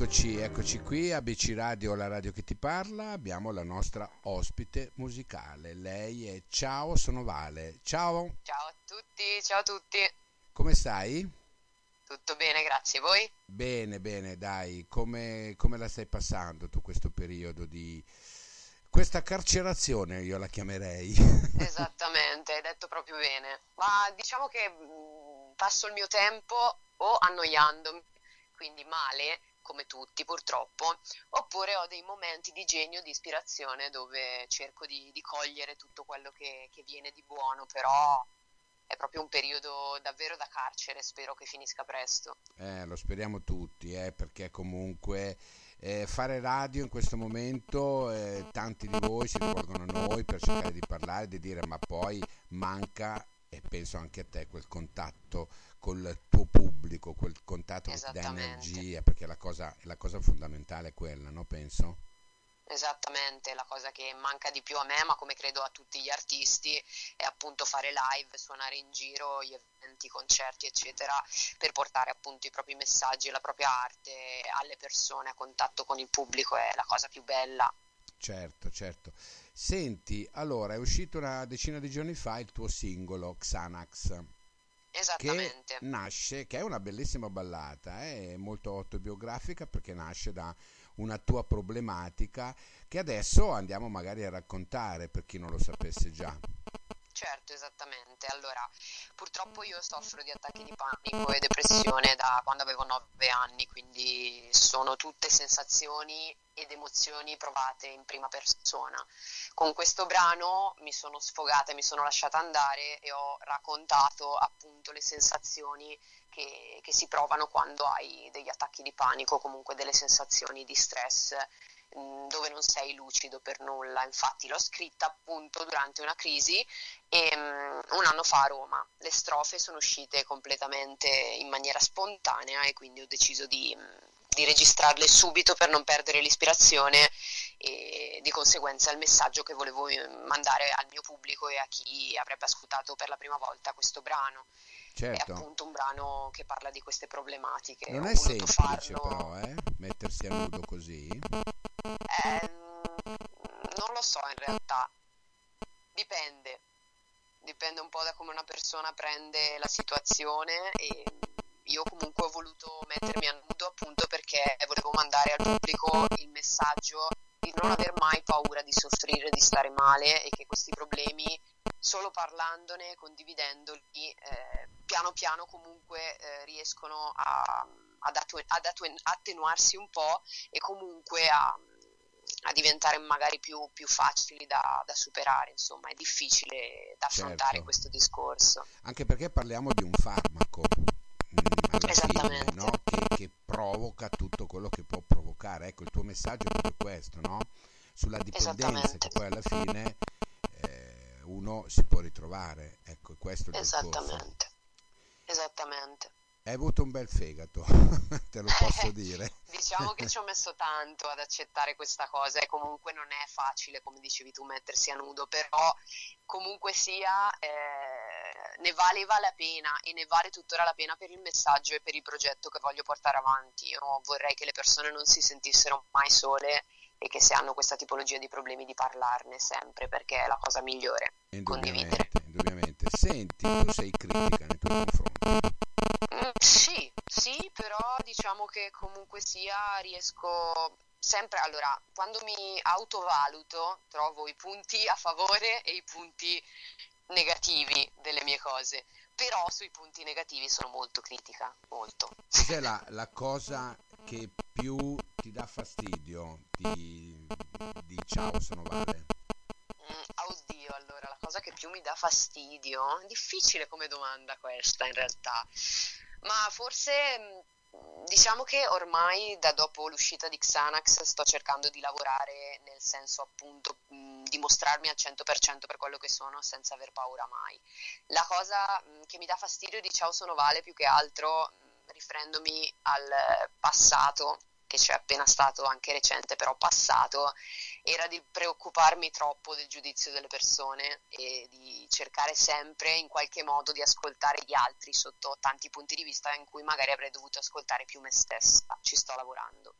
Eccoci qui, ABC Radio, la radio che ti parla. Abbiamo la nostra ospite musicale. Lei è Ciao, sono Vale. Ciao, Ciao a tutti, come stai? tutto bene, grazie. Voi? Bene, bene, dai. Come la stai passando tu questo periodo di questa carcerazione, io la chiamerei. Esattamente, hai detto proprio bene. Ma diciamo che passo il mio tempo o annoiandomi, quindi male, come tutti purtroppo, oppure ho dei momenti di genio, di ispirazione dove cerco di cogliere tutto quello che viene di buono, però è proprio un periodo davvero da carcere, spero che finisca presto. Lo speriamo tutti, perché comunque fare radio in questo momento, tanti di voi si rivolgono a noi per cercare di parlare, di dire, ma poi manca, e penso anche a te, quel contatto col tuo pubblico, quel contatto che ti dà Esattamente. energia, perché la cosa fondamentale è quella, no? Penso. Esattamente, la cosa che manca di più a me, ma come credo a tutti gli artisti, è appunto fare live, suonare in giro, gli eventi, i concerti, eccetera, per portare appunto i propri messaggi e la propria arte alle persone, a contatto con il pubblico, è la cosa più bella. Certo, certo. Senti, allora è uscito una decina di giorni fa il tuo singolo Xanax, che Esattamente. nasce, che è una bellissima ballata, è molto autobiografica perché nasce da una tua problematica che adesso andiamo magari a raccontare per chi non lo sapesse già. Certo, esattamente. Allora, purtroppo io soffro di attacchi di panico e depressione da quando avevo 9 anni, quindi sono tutte sensazioni ed emozioni provate in prima persona. Con questo brano mi sono sfogata e mi sono lasciata andare e ho raccontato appunto le sensazioni che si provano quando hai degli attacchi di panico, comunque delle sensazioni di stress dove non sei lucido per nulla. Infatti l'ho scritta appunto durante una crisi e un anno fa a Roma. Le strofe sono uscite completamente in maniera spontanea e quindi ho deciso di registrarle subito per non perdere l'ispirazione e di conseguenza il messaggio che volevo mandare al mio pubblico e a chi avrebbe ascoltato per la prima volta questo brano. È Certo, appunto un brano che parla di queste problematiche. non Ho è voluto semplice farlo. però, mettersi a nudo così. Non lo so in realtà, dipende. Dipende un po' da come una persona prende la situazione e io comunque ho voluto mettermi a nudo appunto perché volevo mandare al pubblico il messaggio di non aver mai paura di soffrire, di stare male e che questi problemi, solo parlandone, condividendoli, piano piano comunque riescono attenuarsi un po' e comunque a diventare magari più facili da superare, insomma, è difficile da affrontare Certo, questo discorso. anche perché parliamo di un farmaco, alla fine, Esattamente, no? Che provoca tutto quello che può provocare. Ecco, il tuo messaggio è proprio questo, no? Sulla dipendenza esattamente, che poi alla fine uno si può ritrovare. Ecco, questo è il discorso. esattamente, esattamente. Hai avuto un bel fegato, te lo posso dire. Diciamo che ci ho messo tanto ad accettare questa cosa e comunque non è facile, come dicevi tu, mettersi a nudo, però comunque sia ne valeva la pena e ne vale tuttora la pena per il messaggio e per il progetto che voglio portare avanti. Io vorrei che le persone non si sentissero mai sole e che se hanno questa tipologia di problemi di parlarne sempre, perché è la cosa migliore, condividere. Indubbiamente, indubbiamente. Senti, tu sei critica nei tuoi confronti. Sì, sì, però diciamo che comunque sia riesco sempre, allora, quando mi autovaluto trovo i punti a favore e i punti negativi delle mie cose, però sui punti negativi sono molto critica, molto. Cos'è la cosa che più ti dà fastidio di Ciao, sono Vale? Oddio, allora, la cosa che più mi dà fastidio, difficile come domanda questa in realtà, ma forse diciamo che ormai da dopo l'uscita di Xanax sto cercando di lavorare nel senso appunto di mostrarmi al 100% per quello che sono senza aver paura mai. La cosa che mi dà fastidio di Ciao sono Vale più che altro, riferendomi al passato, che c'è appena stato anche recente, però passato, era di preoccuparmi troppo del giudizio delle persone e di cercare sempre in qualche modo di ascoltare gli altri sotto tanti punti di vista in cui magari avrei dovuto ascoltare più me stessa. Ci sto lavorando.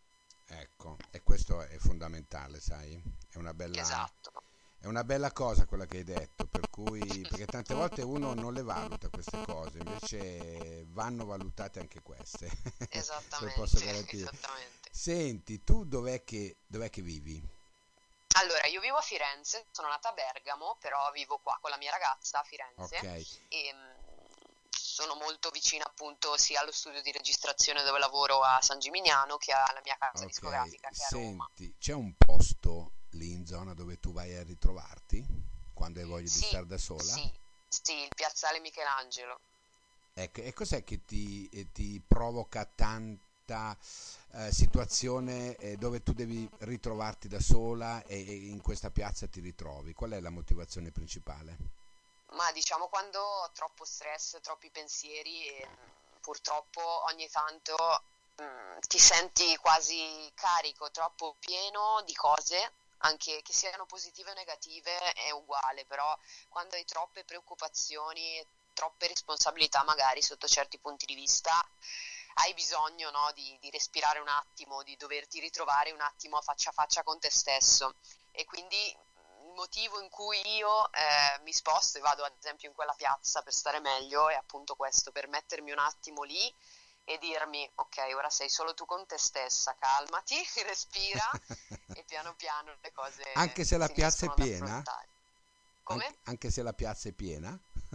Ecco, e questo è fondamentale, sai? È una bella, Esatto. è una bella cosa quella che hai detto, per cui, perché tante volte uno non le valuta queste cose, invece vanno valutate anche queste, te lo posso Esattamente, garantire. esattamente. Senti, tu dov'è che vivi? Allora, io vivo a Firenze, sono nata a Bergamo, però vivo qua con la mia ragazza a Ok, Firenze e sono molto vicina appunto sia allo studio di registrazione dove lavoro a San Gimignano che alla mia casa ok. discografica che è a Roma. Senti, c'è un posto lì in zona dove tu vai a ritrovarti quando hai voglia di Sì, stare da sola? sì, sì, il piazzale Michelangelo. Ecco, e cos'è che ti provoca tanta situazione dove tu devi ritrovarti da sola e in questa piazza ti ritrovi? Qual è la motivazione principale? Ma diciamo quando ho troppo stress, troppi pensieri e purtroppo ogni tanto ti senti quasi carico, troppo pieno di cose, anche che siano positive o negative è uguale, però quando hai troppe preoccupazioni, troppe responsabilità magari sotto certi punti di vista, hai bisogno, no, di respirare un attimo, di doverti ritrovare un attimo a faccia con te stesso. E quindi il motivo in cui io mi sposto e vado ad esempio in quella piazza per stare meglio è appunto questo, per mettermi un attimo lì e dirmi ok, ora sei solo tu con te stessa, calmati, respira e piano piano le Anche cose se la si piazza è riescono ad piena? affrontare. Anche, Come? anche se la piazza è piena?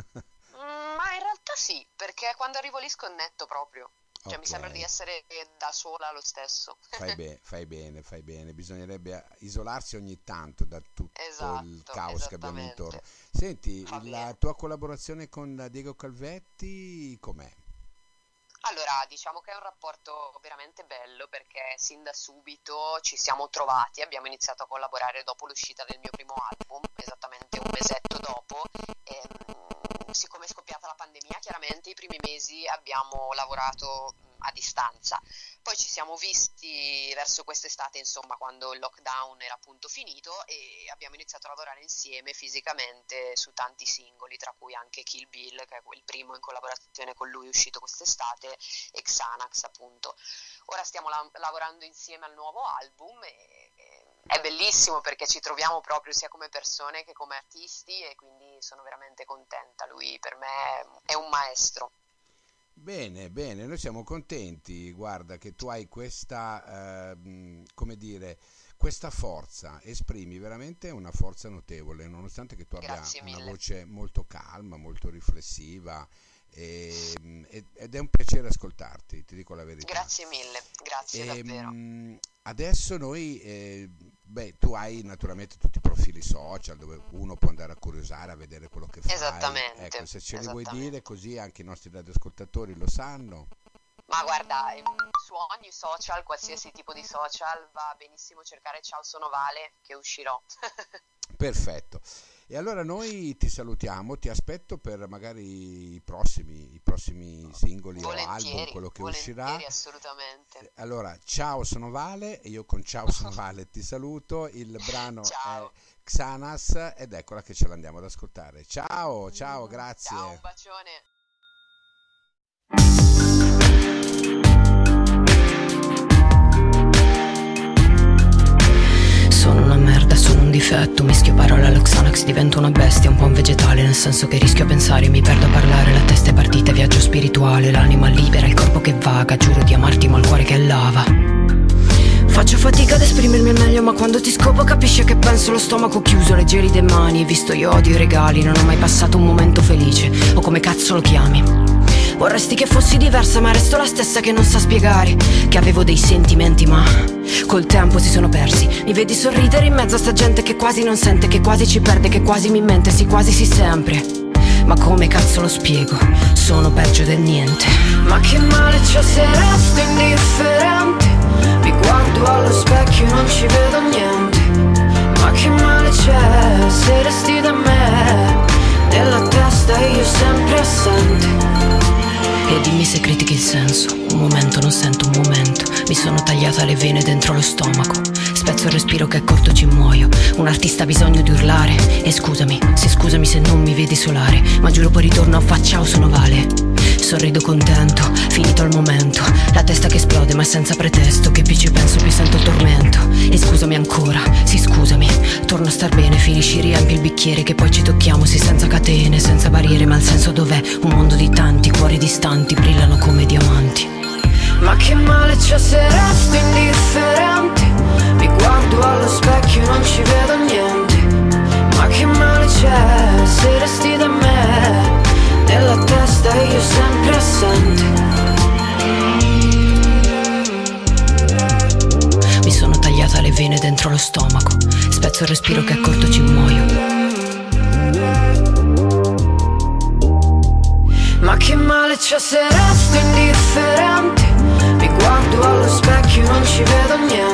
Ma in realtà sì, perché quando arrivo lì sconnetto proprio, cioè mi Ok. sembra di essere da sola lo stesso. Fai bene, bisognerebbe isolarsi ogni tanto da tutto il Esatto, caos che abbiamo intorno. esattamente, Senti, fa la bene. tua collaborazione con Diego Calvetti com'è? Allora, diciamo che è un rapporto veramente bello perché sin da subito ci siamo trovati, abbiamo iniziato a collaborare dopo l'uscita del mio primo album, esattamente un mesetto dopo. E, siccome è scoppiata la pandemia, chiaramente i primi mesi abbiamo lavorato a distanza. Poi ci siamo visti verso quest'estate, insomma, quando il lockdown era appunto finito e abbiamo iniziato a lavorare insieme fisicamente su tanti singoli, tra cui anche Kill Bill, che è il primo in collaborazione con lui uscito quest'estate, e Xanax appunto. Ora stiamo lavorando insieme al nuovo album e è bellissimo perché ci troviamo proprio sia come persone che come artisti e quindi sono veramente contenta. Lui per me è un maestro. Bene, bene, noi siamo contenti, guarda che tu hai questa, come dire, questa forza, esprimi veramente una forza notevole, nonostante che tu abbia Grazie una mille. voce molto calma, molto riflessiva, ed è un piacere ascoltarti, ti dico la verità. Grazie mille, grazie davvero. Adesso noi, beh, tu hai naturalmente tutti i profili social dove uno può andare a curiosare, a vedere quello che fai. Ecco, Esattamente, se ce li vuoi dire esattamente. così anche i nostri radioascoltatori lo sanno. Ma guarda, su ogni social, qualsiasi tipo di social, va benissimo cercare Ciao sono Vale che uscirò. Perfetto. E allora noi ti salutiamo, ti aspetto per magari i prossimi singoli o album, Volentieri, quello che uscirà. volentieri, assolutamente. Allora, ciao, sono Vale e io con Ciao, sono Vale ti saluto. Il brano è Ciao, Xanas ed eccola che ce l'andiamo ad ascoltare. Ciao, ciao, ciao, un grazie. bacione. Sono una merda, sono un difetto. Mischio parole allo Xanax, divento una bestia. Un po' un vegetale, nel senso che rischio a pensare. Mi perdo a parlare, la testa è partita, viaggio spirituale. L'anima libera, il corpo che vaga. Giuro di amarti ma il cuore che lava. Faccio fatica ad esprimermi al meglio, ma quando ti scopo capisci che penso. Lo stomaco chiuso, le gelide mani. E visto io odio i regali, non ho mai passato un momento felice. O come cazzo lo chiami. Vorresti che fossi diversa, ma resto la stessa che non sa spiegare. Che avevo dei sentimenti, ma col tempo si sono persi. Mi vedi sorridere in mezzo a sta gente che quasi non sente, che quasi ci perde, che quasi mi mente, sì quasi sì sempre. Ma come cazzo lo spiego? Sono peggio del niente. Ma che male c'è se resto indifferente? Mi guardo allo specchio e non ci vedo niente. Ma che male c'è se resti da me? Nella testa io sempre assente. E dimmi se critichi il senso. Un momento non sento un momento. Mi sono tagliata le vene dentro lo stomaco. Spezzo il respiro che è corto, ci muoio. Un artista ha bisogno di urlare. E scusami se non mi vedi solare. Ma giuro poi ritorno a fa ciao sono Vale. Sorrido contento, finito il momento. La testa che esplode ma senza pretesto. Che più ci penso più sento il tuo Sì, scusami, torno a star bene, finisci, riempi il bicchiere che poi ci tocchiamo, sì, senza catene, senza barriere, ma il senso dov'è? Un mondo di tanti cuori distanti, brillano come diamanti. Ma che male c'è se resto indifferente? Mi guardo allo specchio e non ci vedo niente. Ma che male c'è se resti da me? Nella testa io sempre assente. Mi sono tagliata le vene dentro lo stomaco, spezzo il respiro che è corto, ci muoio. Ma che male c'è se resto indifferente? Mi guardo allo specchio e non ci vedo niente.